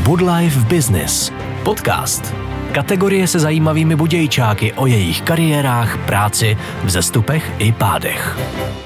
Bud Life Business. Podcast. Kategorie se zajímavými budějčáky o jejich kariérách, práci, vzestupech i pádech.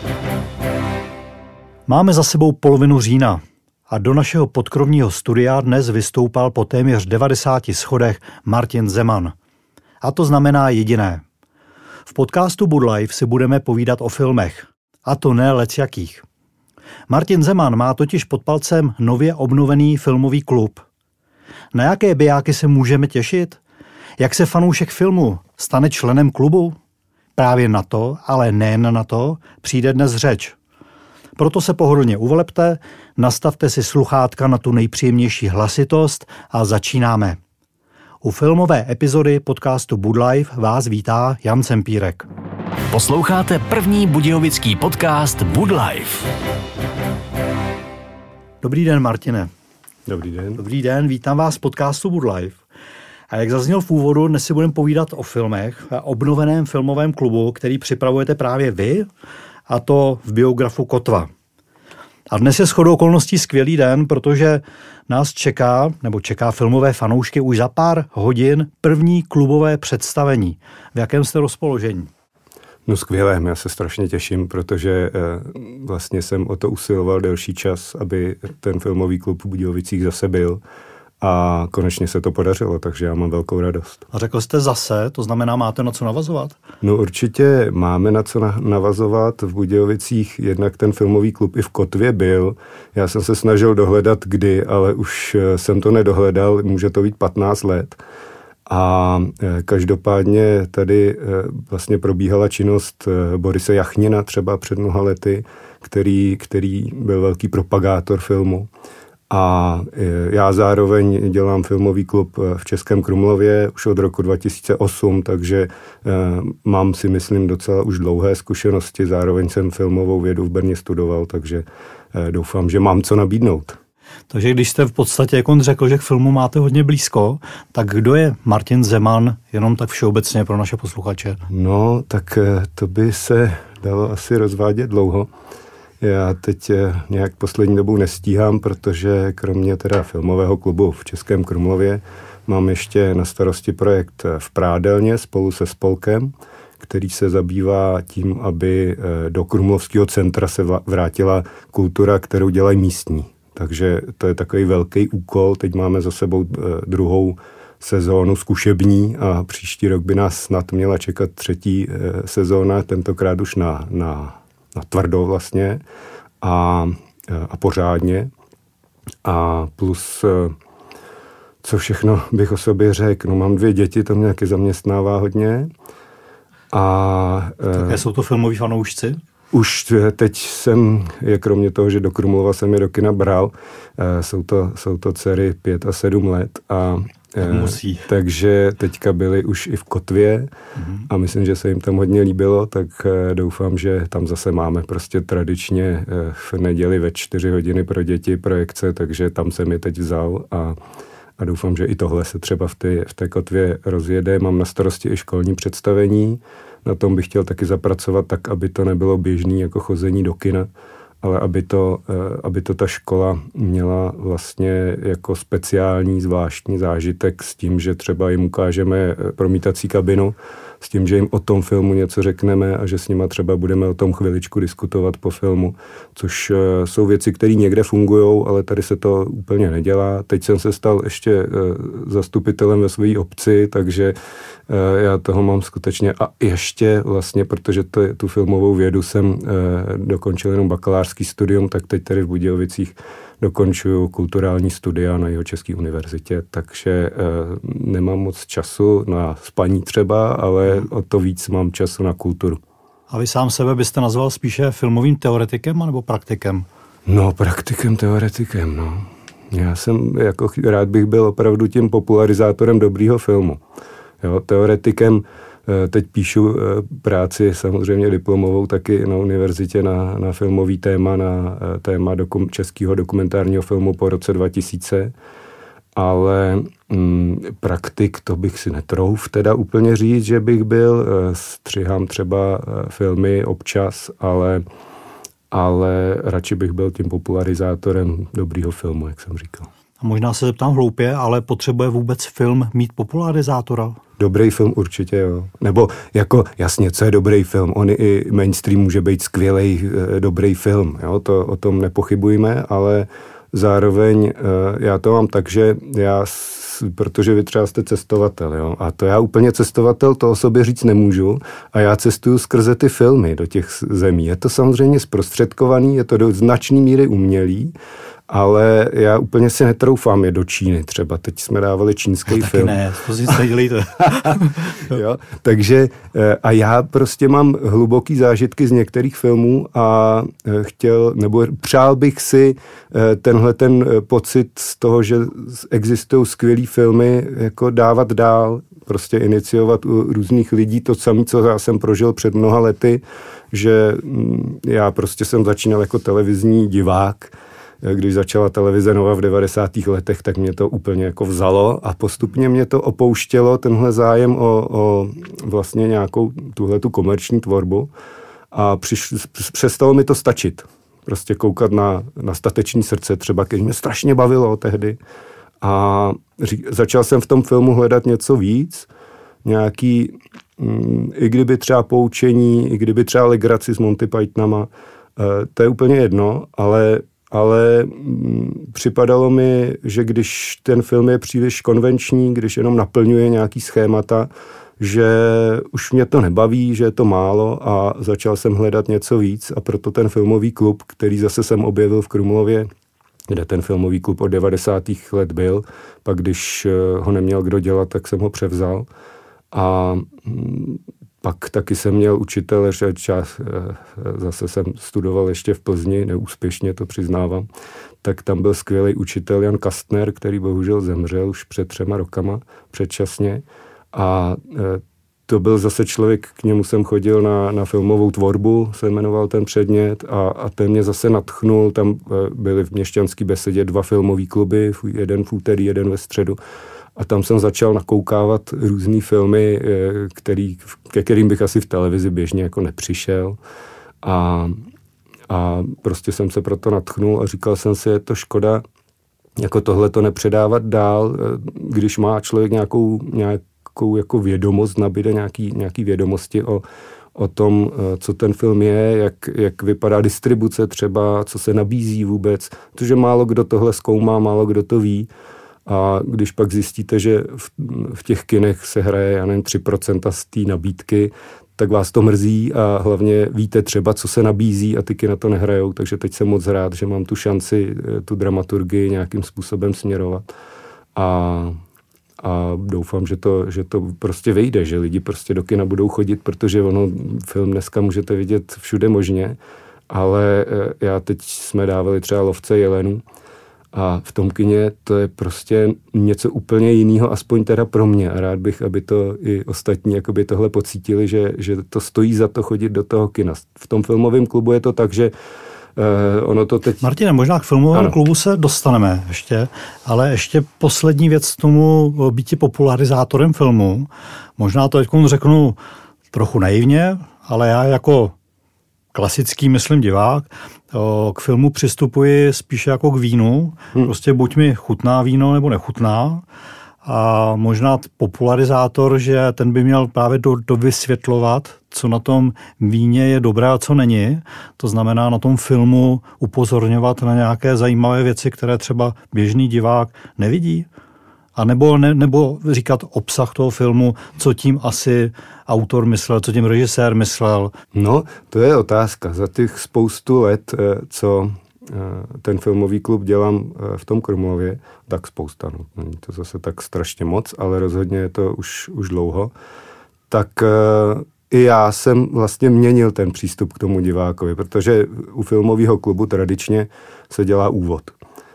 Máme za sebou polovinu října a do našeho podkrovního studia dnes vystoupal po téměř 90 schodech Martin Zeman. A to znamená jediné. V podcastu Bud Life si budeme povídat o filmech. A to ne lecjakých. Martin Zeman má totiž pod palcem nově obnovený filmový klub. Na jaké bijáky se můžeme těšit? Jak se fanoušek filmu stane členem klubu? Právě na to, ale nejen na to, přijde dnes řeč. Proto se pohodlně uvalepte, nastavte si sluchátka na tu nejpříjemnější hlasitost a začínáme. U filmové epizody podcastu Bud Life vás vítá Jan Cempírek. Posloucháte první budějovický podcast Bud Life. Dobrý den, Martine. Dobrý den. Dobrý den, vítám vás v podcastu Bud Life. A jak zazněl v úvodu, dnes si budeme povídat o filmech a obnoveném filmovém klubu, který připravujete právě vy, a to v biografu Kotva. A dnes je shodou okolností skvělý den, protože nás čeká filmové fanoušky už za pár hodin první klubové představení. V jakém jste rozpoložení? No skvělé, já se strašně těším, protože vlastně jsem o to usiloval delší čas, aby ten filmový klub v Budějovicích zase byl. A konečně se to podařilo, takže já mám velkou radost. A řekl jste zase, to znamená, máte na co navazovat? No určitě máme na co navazovat. V Budějovicích jednak ten filmový klub i v Kotvě byl. Já jsem se snažil dohledat kdy, ale už jsem to nedohledal, může to být 15 let. A každopádně tady vlastně probíhala činnost Borise Jachnina třeba před mnoha lety, který byl velký propagátor filmu. A já zároveň dělám filmový klub v Českém Krumlově už od roku 2008, takže mám si myslím docela už dlouhé zkušenosti. Zároveň jsem filmovou vědu v Brně studoval, takže doufám, že mám co nabídnout. Takže když jste v podstatě, jak on řekl, že k filmu máte hodně blízko, tak kdo je Martin Zeman, jenom tak všeobecně pro naše posluchače? No, tak to by se dalo asi rozvádět dlouho. Já teď nějak poslední dobou nestíhám, protože kromě teda filmového klubu v Českém Krumlově mám ještě na starosti projekt v Prádelně spolu se spolkem, který se zabývá tím, aby do Krumlovského centra se vrátila kultura, kterou dělají místní. Takže to je takový velký úkol. Teď máme za sebou druhou sezónu zkušební a příští rok by nás snad měla čekat třetí sezóna, tentokrát už na tvrdo vlastně a pořádně. A plus, co všechno bych o sobě řekl, no mám 2 děti, to mě nějaký zaměstnává hodně. A také jsou to filmoví fanoušci? Už teď jsem, kromě toho, že do Krumlova jsem je do kina bral, jsou to dcery 5 a 7 let a takže teďka byli už i v Kotvě a myslím, že se jim tam hodně líbilo, tak doufám, že tam zase máme prostě tradičně v neděli ve 4 hodiny pro děti projekce, takže tam jsem je teď vzal a doufám, že i tohle se třeba v té Kotvě rozjede. Mám na starosti i školní představení, na tom bych chtěl taky zapracovat tak, aby to nebylo běžný jako chození do kina, ale aby to ta škola měla vlastně jako speciální, zvláštní zážitek s tím, že třeba jim ukážeme promítací kabinu, s tím, že jim o tom filmu něco řekneme a že s nima třeba budeme o tom chviličku diskutovat po filmu, což jsou věci, které někde fungujou, ale tady se to úplně nedělá. Teď jsem se stal ještě zastupitelem ve své obci, takže já toho mám skutečně a ještě vlastně, protože tu filmovou vědu jsem dokončil jenom bakalářský studium, tak teď tady v Budějovicích dokončuju kulturální studia na Jihočeské univerzitě, takže nemám moc času na spaní třeba, ale o to víc mám času na kulturu. A vy sám sebe byste nazval spíše filmovým teoretikem anebo praktikem? No, praktikem, teoretikem, no. Já jsem jako rád bych byl opravdu tím popularizátorem dobrýho filmu. Jo, teoretikem teď píšu práci samozřejmě diplomovou taky na univerzitě na filmový téma, na téma českého dokumentárního filmu po roce 2000, ale praktik to bych si netrouf teda úplně říct, že bych byl, střihám třeba filmy občas, ale radši bych byl tím popularizátorem dobrýho filmu, jak jsem říkal. A možná se zeptám hloupě, ale potřebuje vůbec film mít popularizátora? Dobrý film určitě, jo. Nebo jako, jasně, co je dobrý film? On i mainstream může být skvělej, dobrý film, jo. To o tom nepochybujeme, ale zároveň já to mám tak, že protože vy třeba jste cestovatel, jo, a to já úplně cestovatel, to o sobě říct nemůžu a já cestuju skrze ty filmy do těch zemí. Je to samozřejmě zprostředkovaný, je to do značné míry umělý, ale já úplně si netroufám je do Číny třeba. Teď jsme dávali čínský film. Taky ne, to si nedělejte. Jo, takže a já prostě mám hluboký zážitky z některých filmů a přál bych si tenhle ten pocit z toho, že existují skvělý filmy, jako dávat dál, prostě iniciovat u různých lidí to samé, co já jsem prožil před mnoha lety, že já prostě jsem začínal jako televizní divák. Když začala televize Nova v 90. letech, tak mě to úplně jako vzalo a postupně mě to opouštělo, tenhle zájem o vlastně nějakou tuhletu komerční tvorbu a přestalo mi to stačit. Prostě koukat na Stateční srdce třeba, když mě strašně bavilo tehdy a začal jsem v tom filmu hledat něco víc, nějaký, i kdyby třeba poučení, i kdyby třeba legraci s Monty Pythonama, to je úplně jedno, ale připadalo mi, že když ten film je příliš konvenční, když jenom naplňuje nějaký schémata, že už mě to nebaví, že je to málo a začal jsem hledat něco víc a proto ten filmový klub, který zase jsem objevil v Krumlově, kde ten filmový klub od 90. let byl, pak když ho neměl kdo dělat, tak jsem ho převzal a pak taky jsem měl učitele, zase jsem studoval ještě v Plzni, neúspěšně to přiznávám, tak tam byl skvělý učitel Jan Kastner, který bohužel zemřel už před 3 rokama, předčasně. A to byl zase člověk, k němu jsem chodil na filmovou tvorbu, se jmenoval ten předmět a ten mě zase nadchnul, tam byly v Měšťanské besedě 2 filmový kluby, jeden v úterý, jeden ve středu. A tam jsem začal nakoukávat různý filmy, ke kterým bych asi v televizi běžně jako nepřišel. A prostě jsem se proto nadchnul a říkal jsem si, je to škoda jako tohle to nepředávat dál, když má člověk nějakou jako vědomost, nabíde nějaký vědomosti o tom, co ten film je, jak vypadá distribuce třeba, co se nabízí vůbec, protože málo kdo tohle zkoumá, málo kdo to ví. A když pak zjistíte, že v těch kinech se hraje, já nevím, 3% z té nabídky, tak vás to mrzí a hlavně víte třeba, co se nabízí a ty kina to nehrajou, takže teď jsem moc rád, že mám tu šanci tu dramaturgii nějakým způsobem směrovat. A doufám, že to prostě vyjde, že lidi prostě do kina budou chodit, protože film dneska můžete vidět všude možně, ale já teď jsme dávali třeba Lovce jelenů, a v tom kině to je prostě něco úplně jiného, aspoň teda pro mě. A rád bych, aby to i ostatní jakoby tohle pocítili, že to stojí za to chodit do toho kina. V tom filmovém klubu je to tak, že ono to teď... Martine, možná k filmovému klubu se dostaneme ještě, ale ještě poslední věc k tomu býti popularizátorem filmu. Možná to teď řeknu trochu naivně, ale já jako klasický, myslím, divák, k filmu přistupuji spíše jako k vínu. Prostě buď mi chutná víno, nebo nechutná. A možná popularizátor, že ten by měl právě dovysvětlovat, co na tom víně je dobré a co není. To znamená na tom filmu upozorňovat na nějaké zajímavé věci, které třeba běžný divák nevidí. A nebo říkat obsah toho filmu, co tím asi autor myslel, co tím režisér myslel. No, to je otázka. Za těch spoustu let, co ten filmový klub dělám v tom Krumlově, tak spousta, no. Není to zase tak strašně moc, ale rozhodně je to už dlouho, tak i já jsem vlastně měnil ten přístup k tomu divákovi, protože u filmového klubu tradičně se dělá úvod.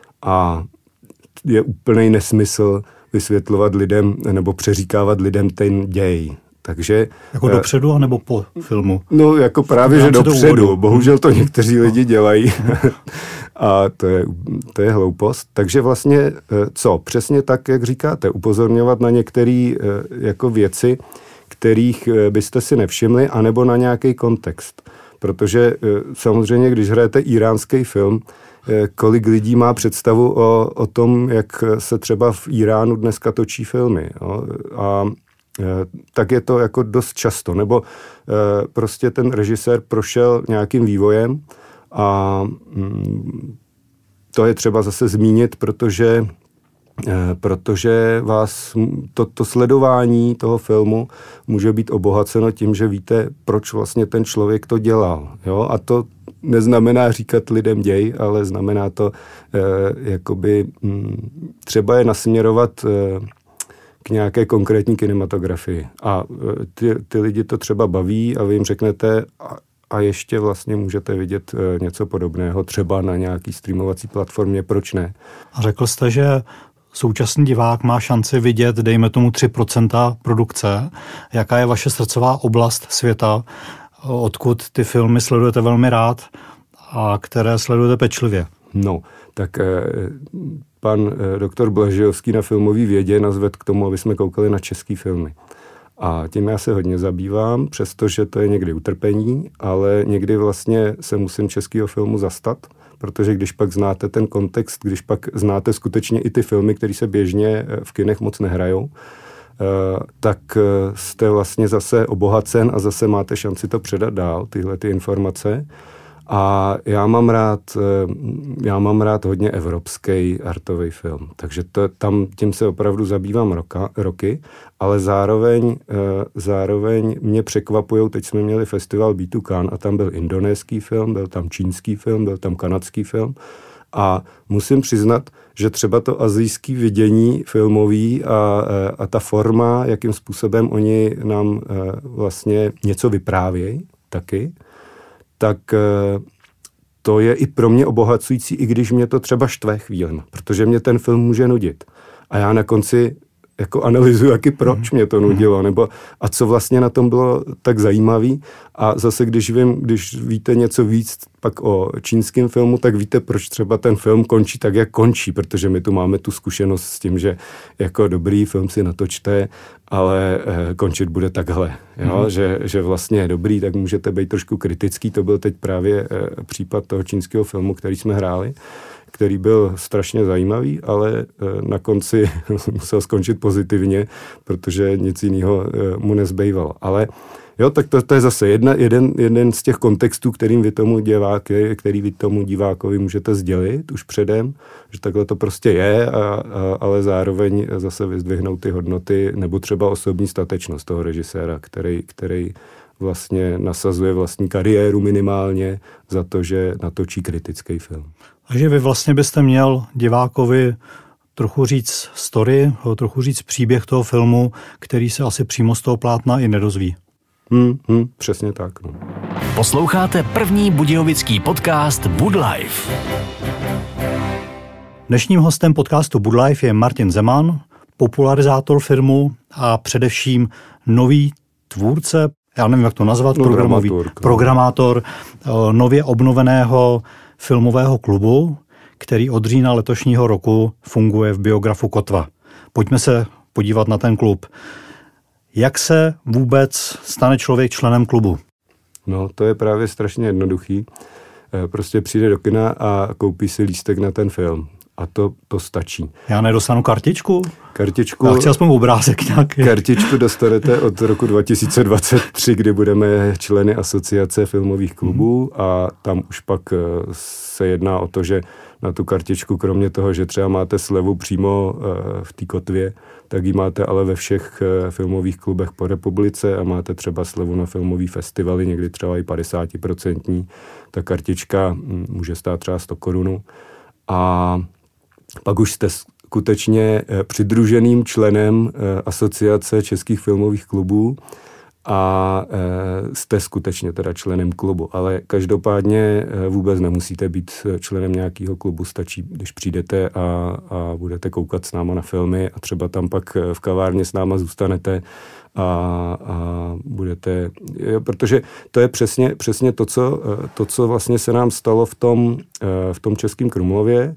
A je úplný nesmysl vysvětlovat lidem nebo přeříkávat lidem ten děj. Takže... Jako dopředu, anebo po filmu? No, jako právě, že dopředu. Bohužel to někteří lidi dělají. A to je hloupost. Takže vlastně, co? Přesně tak, jak říkáte, upozorňovat na některé jako věci, kterých byste si nevšimli, anebo na nějaký kontext. Protože samozřejmě, když hrajete íránský film, kolik lidí má představu o tom, jak se třeba v Iránu dneska točí filmy. Jo? A tak je to jako dost často. Nebo prostě ten režisér prošel nějakým vývojem a to je třeba zase zmínit, protože vás to sledování toho filmu může být obohaceno tím, že víte, proč vlastně ten člověk to dělal. Jo? A to neznamená říkat lidem děj, ale znamená to jakoby třeba je nasměrovat k nějaké konkrétní kinematografii. A ty lidi to třeba baví a vy jim řeknete a ještě vlastně můžete vidět něco podobného, třeba na nějaký streamovací platformě, proč ne? A řekl jste, že současný divák má šanci vidět, dejme tomu 3% produkce. Jaká je vaše srdcová oblast světa, odkud ty filmy sledujete velmi rád a které sledujete pečlivě? No, tak pan doktor Blažejovský na Filmové vědě nás vedl k tomu, aby jsme koukali na český filmy. A tím já se hodně zabývám, přestože to je někdy utrpení, ale někdy vlastně se musím českého filmu zastat, protože když pak znáte ten kontext, když pak znáte skutečně i ty filmy, které se běžně v kinech moc nehrajou, tak jste vlastně zase obohacen a zase máte šanci to předat dál, tyhle ty informace. A já mám rád hodně evropský artový film, takže tím se opravdu zabývám roky, ale zároveň mě překvapují, teď jsme měli festival Beatu Cannes a tam byl indonéský film, byl tam čínský film, byl tam kanadský film a musím přiznat, že třeba to asijské vidění filmový a ta forma, jakým způsobem oni nám vlastně něco vyprávějí taky, tak to je i pro mě obohacující, i když mě to třeba štve chvílem, protože mě ten film může nudit. A já na konci jako analyzuji, jaký proč mě to nudilo, nebo a co vlastně na tom bylo tak zajímavý. A zase, když víte něco víc pak o čínském filmu, tak víte, proč třeba ten film končí tak, jak končí, protože my tu máme tu zkušenost s tím, že jako dobrý film si natočte, ale končit bude takhle. Jo? Že vlastně je dobrý, tak můžete být trošku kritický. To byl teď právě případ toho čínského filmu, který jsme hráli, který byl strašně zajímavý, ale na konci musel skončit pozitivně, protože nic jiného mu nezbývalo. Ale jo, tak to je zase jeden z těch kontextů, který vy tomu divákovi můžete sdělit už předem, že takhle to prostě je, ale zároveň zase vyzdvihnout ty hodnoty, nebo třeba osobní statečnost toho režiséra, který vlastně nasazuje vlastní kariéru minimálně za to, že natočí kritický film. Takže vy vlastně byste měl divákovi trochu říct story, trochu říct příběh toho filmu, který se asi přímo z toho plátna i nedozví. Přesně tak. No. Posloucháte první budějovický podcast Bud Life. Dnešním hostem podcastu Bud Life je Martin Zeman, popularizátor filmu a především nový tvůrce, já nevím, jak to nazvat, programátor nově obnoveného filmového klubu, který od října letošního roku funguje v Biografu Kotva. Pojďme se podívat na ten klub. Jak se vůbec stane člověk členem klubu? No, to je právě strašně jednoduchý. Prostě přijde do kina a koupí si lístek na ten film. A to stačí. Já nedostanu kartičku? Já chci aspoň obrázek nějaký. Kartičku dostanete od roku 2023, kdy budeme členy asociace filmových klubů a tam už pak se jedná o to, že na tu kartičku, kromě toho, že třeba máte slevu přímo v té Kotvě, tak ji máte ale ve všech filmových klubech po republice a máte třeba slevu na filmový festivaly, někdy třeba i 50%. Ta kartička může stát třeba 100 korun. A pak už jste skutečně přidruženým členem asociace českých filmových klubů a jste skutečně teda členem klubu. Ale každopádně vůbec nemusíte být členem nějakého klubu, stačí, když přijdete a budete koukat s náma na filmy a třeba tam pak v kavárně s náma zůstanete a budete, protože to je přesně to, co vlastně se nám stalo v tom Českém Krumlově,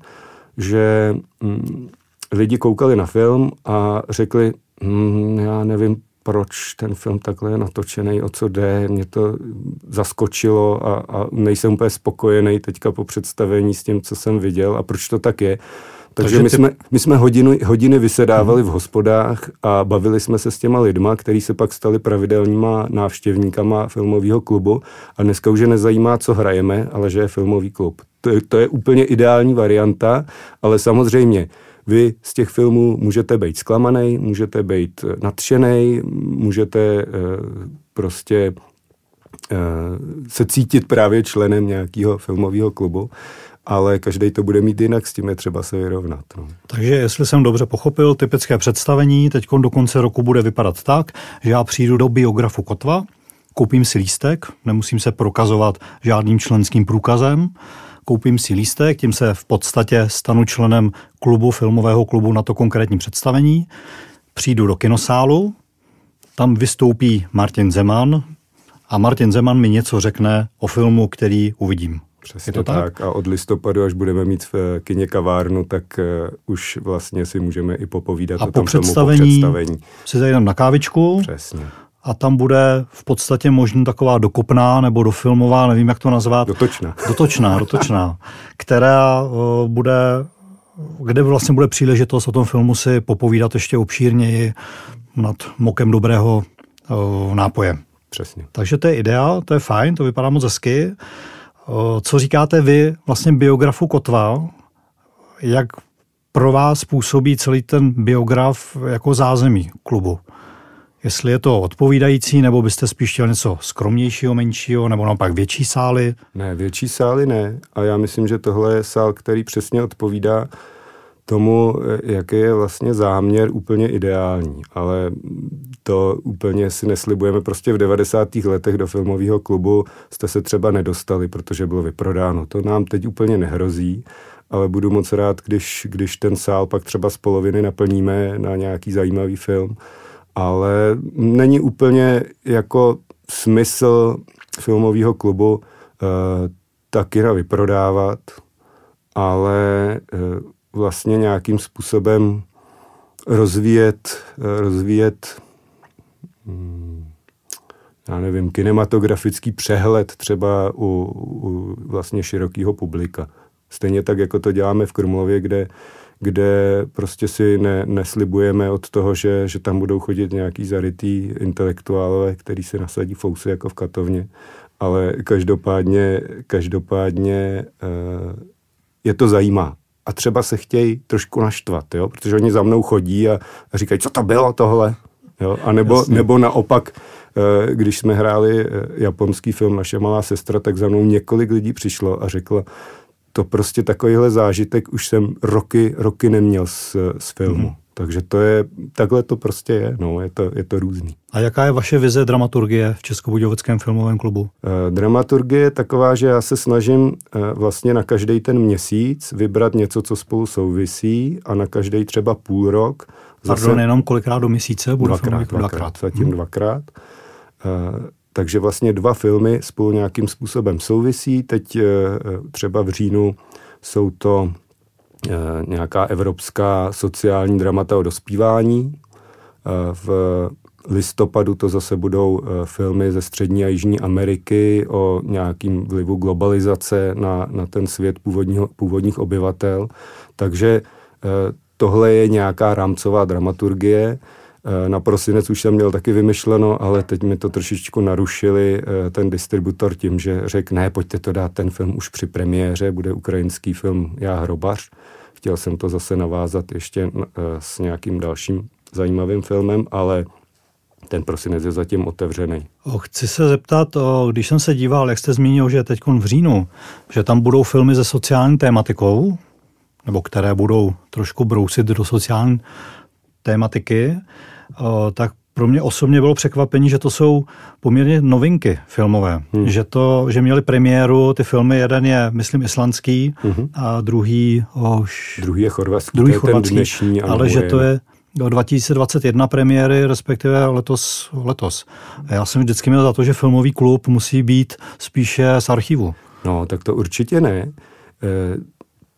že lidi koukali na film a řekli, já nevím, proč ten film takhle je natočený, o co jde, mě to zaskočilo a nejsem úplně spokojený teďka po představení s tím, co jsem viděl a proč to tak je. Takže my jsme hodiny vysedávali v hospodách a bavili jsme se s těma lidma, kteří se pak stali pravidelníma návštěvníkama filmového klubu a dneska už je nezajímá, co hrajeme, ale že je filmový klub. To je úplně ideální varianta, ale samozřejmě vy z těch filmů můžete být zklamanej, můžete být nadšenej, můžete prostě se cítit právě členem nějakého filmového klubu, ale každý to bude mít jinak, s tím je třeba se vyrovnat. No. Takže jestli jsem dobře pochopil, typické představení teď do konce roku bude vypadat tak, že já přijdu do biografu Kotva, koupím si lístek, nemusím se prokazovat žádným členským průkazem, koupím si lístek, tím se v podstatě stanu členem filmového klubu na to konkrétní představení, přijdu do kinosálu, tam vystoupí Martin Zeman a Martin Zeman mi něco řekne o filmu, který uvidím. Přesně to tak? A od listopadu, až budeme mít v kině kavárnu, tak už vlastně si můžeme i popovídat o tom filmu po představení. Si zajdeme na kávičku. Přesně. A tam bude v podstatě možná taková dokopná nebo dofilmová, nevím, jak to nazvat. Dotočná, která kde vlastně bude příležitost o tom filmu si popovídat ještě obšírněji nad mokem dobrého nápoje. Přesně. Takže to je ideál, to je fajn, to vypadá moc hezky. Co říkáte vy vlastně biografu Kotva? Jak pro vás působí celý ten biograf jako zázemí klubu? Jestli je to odpovídající, nebo byste spíš chtěl něco skromnějšího, menšího, nebo naopak větší sály? Ne, větší sály ne. A já myslím, že tohle je sál, který přesně odpovídá tomu, jaký je vlastně záměr, úplně ideální. Ale to úplně si neslibujeme. Prostě v 90. letech do filmového klubu jste se třeba nedostali, protože bylo vyprodáno. To nám teď úplně nehrozí, ale budu moc rád, když ten sál pak třeba z poloviny naplníme na nějaký zajímavý film. Ale není úplně jako smysl filmového klubu ta kina vyprodávat, ale vlastně nějakým způsobem rozvíjet já nevím, kinematografický přehled třeba u vlastně širokého publika. Stejně tak, jako to děláme v Krumlově, kde prostě si neslibujeme od toho, že tam budou chodit nějaký zarytý intelektuálové, který si nasadí fousy jako v Katovně, ale každopádně je to zajímá. A třeba se chtějí trošku naštvat, jo? Protože oni za mnou chodí a říkají, co to bylo tohle? Jo? A nebo naopak, když jsme hráli japonský film Naše malá sestra, tak za mnou několik lidí přišlo a řeklo, to prostě takovýhle zážitek už jsem roky neměl z filmu. Takže takhle to prostě je, no, je to různý. A jaká je vaše vize dramaturgie v Českobudějovickém filmovém klubu? Dramaturgie je taková, že já se snažím vlastně na každý ten měsíc vybrat něco, co spolu souvisí a na každý třeba půl rok. Pardon, jenom kolikrát do měsíce? Dvakrát. Zatím dvakrát. Takže vlastně 2 filmy spolu nějakým způsobem souvisí. Teď třeba v říjnu jsou to nějaká evropská sociální dramata o dospívání. V listopadu to zase budou filmy ze Střední a Jižní Ameriky o nějakým vlivu globalizace na ten svět původních obyvatel. Takže tohle je nějaká rámcová dramaturgie. Na prosinec už jsem měl taky vymyšleno, ale teď mi to trošičku narušili ten distributor tím, že řekl, ne, pojďte to dát ten film už při premiéře, bude ukrajinský film Já hrobař. Chtěl jsem to zase navázat ještě s nějakým dalším zajímavým filmem, ale ten prosinec je zatím otevřený. Chci se zeptat, když jsem se díval, jak jste zmínil, že teď v říjnu, že tam budou filmy se sociální tématikou, nebo které budou trošku brousit do sociální tématiky, tak pro mě osobně bylo překvapení, že to jsou poměrně novinky filmové. Že měli premiéru, ty filmy, jeden je, myslím, islandský a druhý je chorvatský, ten dnešní, ale že to je 2021 premiéry, respektive letos. A já jsem vždycky měl za to, že filmový klub musí být spíše z archivu. No, tak to určitě ne.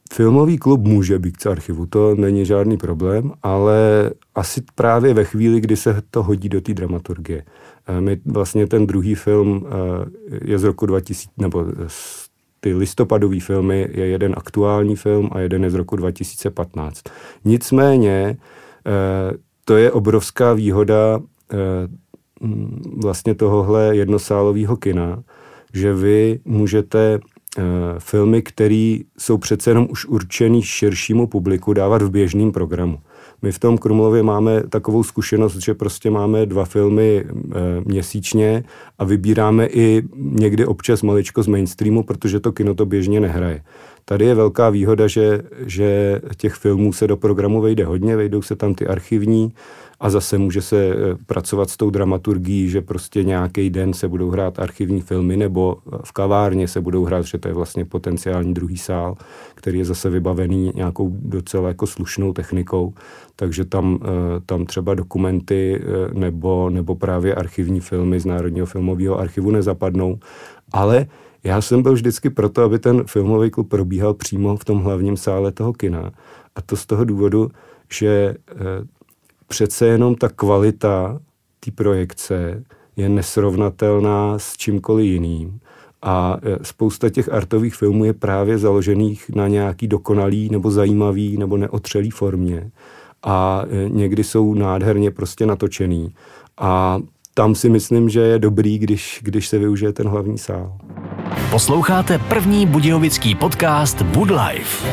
Filmový klub může být z archivu, to není žádný problém, ale asi právě ve chvíli, kdy se to hodí do té dramaturgie. My vlastně ten druhý film je z roku 2000, nebo ty listopadový filmy je jeden aktuální film a jeden je z roku 2015. Nicméně to je obrovská výhoda vlastně tohohle jednosálového kina, že vy můžete filmy, které jsou přece jenom už určený širšímu publiku, dávat v běžném programu. My v tom Krumlově máme takovou zkušenost, že prostě máme 2 filmy měsíčně a vybíráme i někdy občas maličko z mainstreamu, protože to kino to běžně nehraje. Tady je velká výhoda, že těch filmů se do programu vejde hodně, vejdou se tam ty archivní a zase může se pracovat s tou dramaturgií, že prostě nějaký den se budou hrát archivní filmy nebo v kavárně se budou hrát, že to je vlastně potenciální druhý sál, který je zase vybavený nějakou docela jako slušnou technikou, takže tam třeba dokumenty nebo právě archivní filmy z Národního filmového archivu nezapadnou, ale já jsem byl vždycky proto, aby ten filmový klub probíhal přímo v tom hlavním sále toho kina. A to z toho důvodu, že přece jenom ta kvalita té projekce je nesrovnatelná s čímkoliv jiným. A spousta těch artových filmů je právě založených na nějaký dokonalý nebo zajímavý nebo neotřelý formě. A někdy jsou nádherně prostě natočený. A tam si myslím, že je dobrý, když se využije ten hlavní sál. Posloucháte první budějovický podcast Bud Life.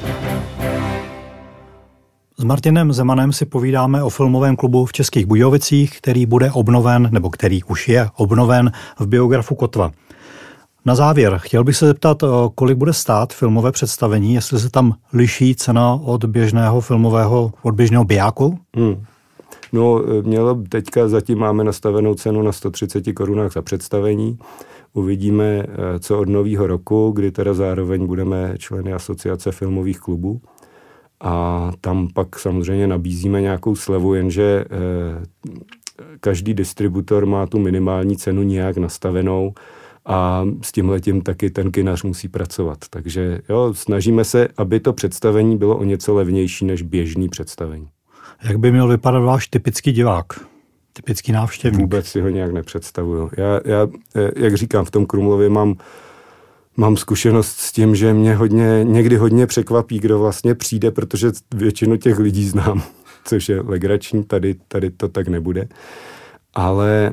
S Martinem Zemanem si povídáme o filmovém klubu v Českých Budějovicích, který bude obnoven, nebo který už je obnoven v biografu Kotva. Na závěr, chtěl bych se zeptat, kolik bude stát filmové představení, jestli se tam liší cena od běžného bijáku? No, teďka zatím máme nastavenou cenu na 130 korunách za představení. Uvidíme, co od nového roku, kdy teda zároveň budeme členy asociace filmových klubů. A tam pak samozřejmě nabízíme nějakou slevu, jenže každý distributor má tu minimální cenu nějak nastavenou a s tímhletím taky ten kinař musí pracovat. Takže jo, snažíme se, aby to představení bylo o něco levnější než běžný představení. Jak by měl vypadat váš typický divák? Typický návštěvník? Vůbec si ho nějak nepředstavuju. Já jak říkám, v tom Krumlově mám zkušenost s tím, že mě někdy hodně překvapí, kdo vlastně přijde, protože většinu těch lidí znám, což je legrační, tady to tak nebude. Ale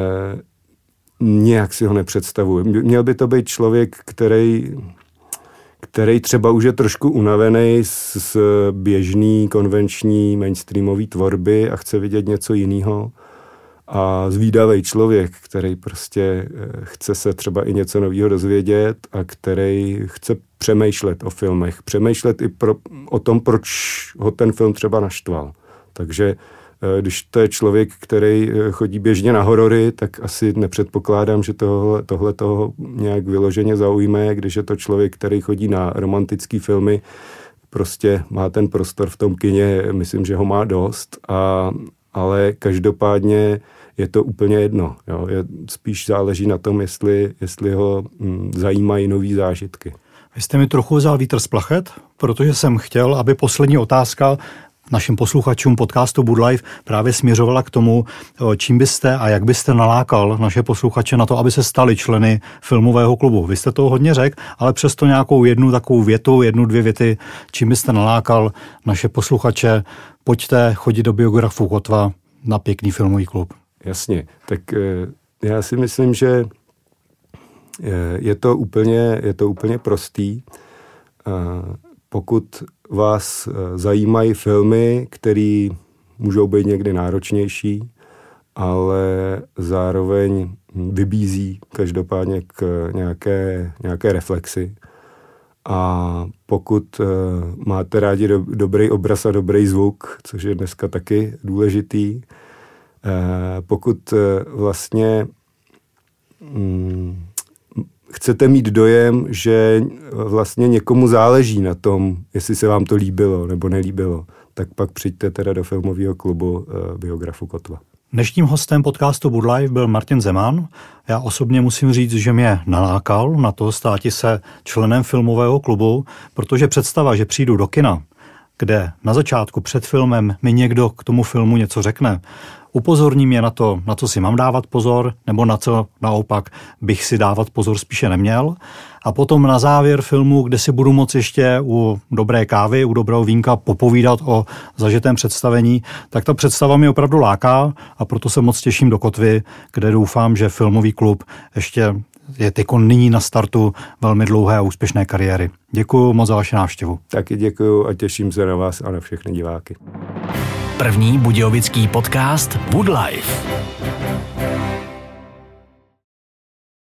nějak si ho nepředstavuju. Měl by to být člověk, který třeba už je trošku unavený z běžný, konvenční, mainstreamové tvorby a chce vidět něco jiného. A zvídavý člověk, který prostě chce se třeba i něco nového dozvědět a který chce přemýšlet o filmech. Přemýšlet i o tom, proč ho ten film třeba naštval. Takže když to je člověk, který chodí běžně na horory, tak asi nepředpokládám, že tohle toho nějak vyloženě zaujme, když je to člověk, který chodí na romantický filmy, prostě má ten prostor v tom kině, myslím, že ho má dost, ale každopádně je to úplně jedno. Jo? Spíš záleží na tom, jestli ho zajímají nový zážitky. Vy jste mi trochu vzal vítr z plachet, protože jsem chtěl, aby poslední otázka našim posluchačům podcastu Bud Life právě směřovala k tomu, čím byste a jak byste nalákal naše posluchače na to, aby se stali členy filmového klubu. Vy jste toho hodně řekl, ale přesto nějakou jednu takovou větu, 1-2 věty, čím byste nalákal naše posluchače, pojďte chodit do biografu Kotva na pěkný filmový klub. Jasně, tak já si myslím, že je to úplně prostý. Pokud vás zajímají filmy, které můžou být někdy náročnější, ale zároveň vybízí každopádně k nějaké reflexi. A pokud máte rádi dobrý obraz a dobrý zvuk, což je dneska taky důležitý, pokud vlastně chcete mít dojem, že vlastně někomu záleží na tom, jestli se vám to líbilo nebo nelíbilo, tak pak přijďte teda do filmového klubu biografu Kotva. Dnešním hostem podcastu Wood Life byl Martin Zeman. Já osobně musím říct, že mě nalákal na to státi se členem filmového klubu, protože představa, že přijdu do kina, kde na začátku před filmem mi někdo k tomu filmu něco řekne, upozorní mě na to, na co si mám dávat pozor, nebo na co naopak bych si dávat pozor spíše neměl. A potom na závěr filmu, kde si budu moct ještě u dobré kávy, u dobrého vínka popovídat o zažitém představení, tak ta představa mi opravdu láká a proto se moc těším do Kotvy, kde doufám, že filmový klub ještě je tyko nyní na startu velmi dlouhé a úspěšné kariéry. Děkuji moc za vaši návštěvu. Taky děkuji a těším se na vás a na všechny diváky. První budějovický podcast Wood Life.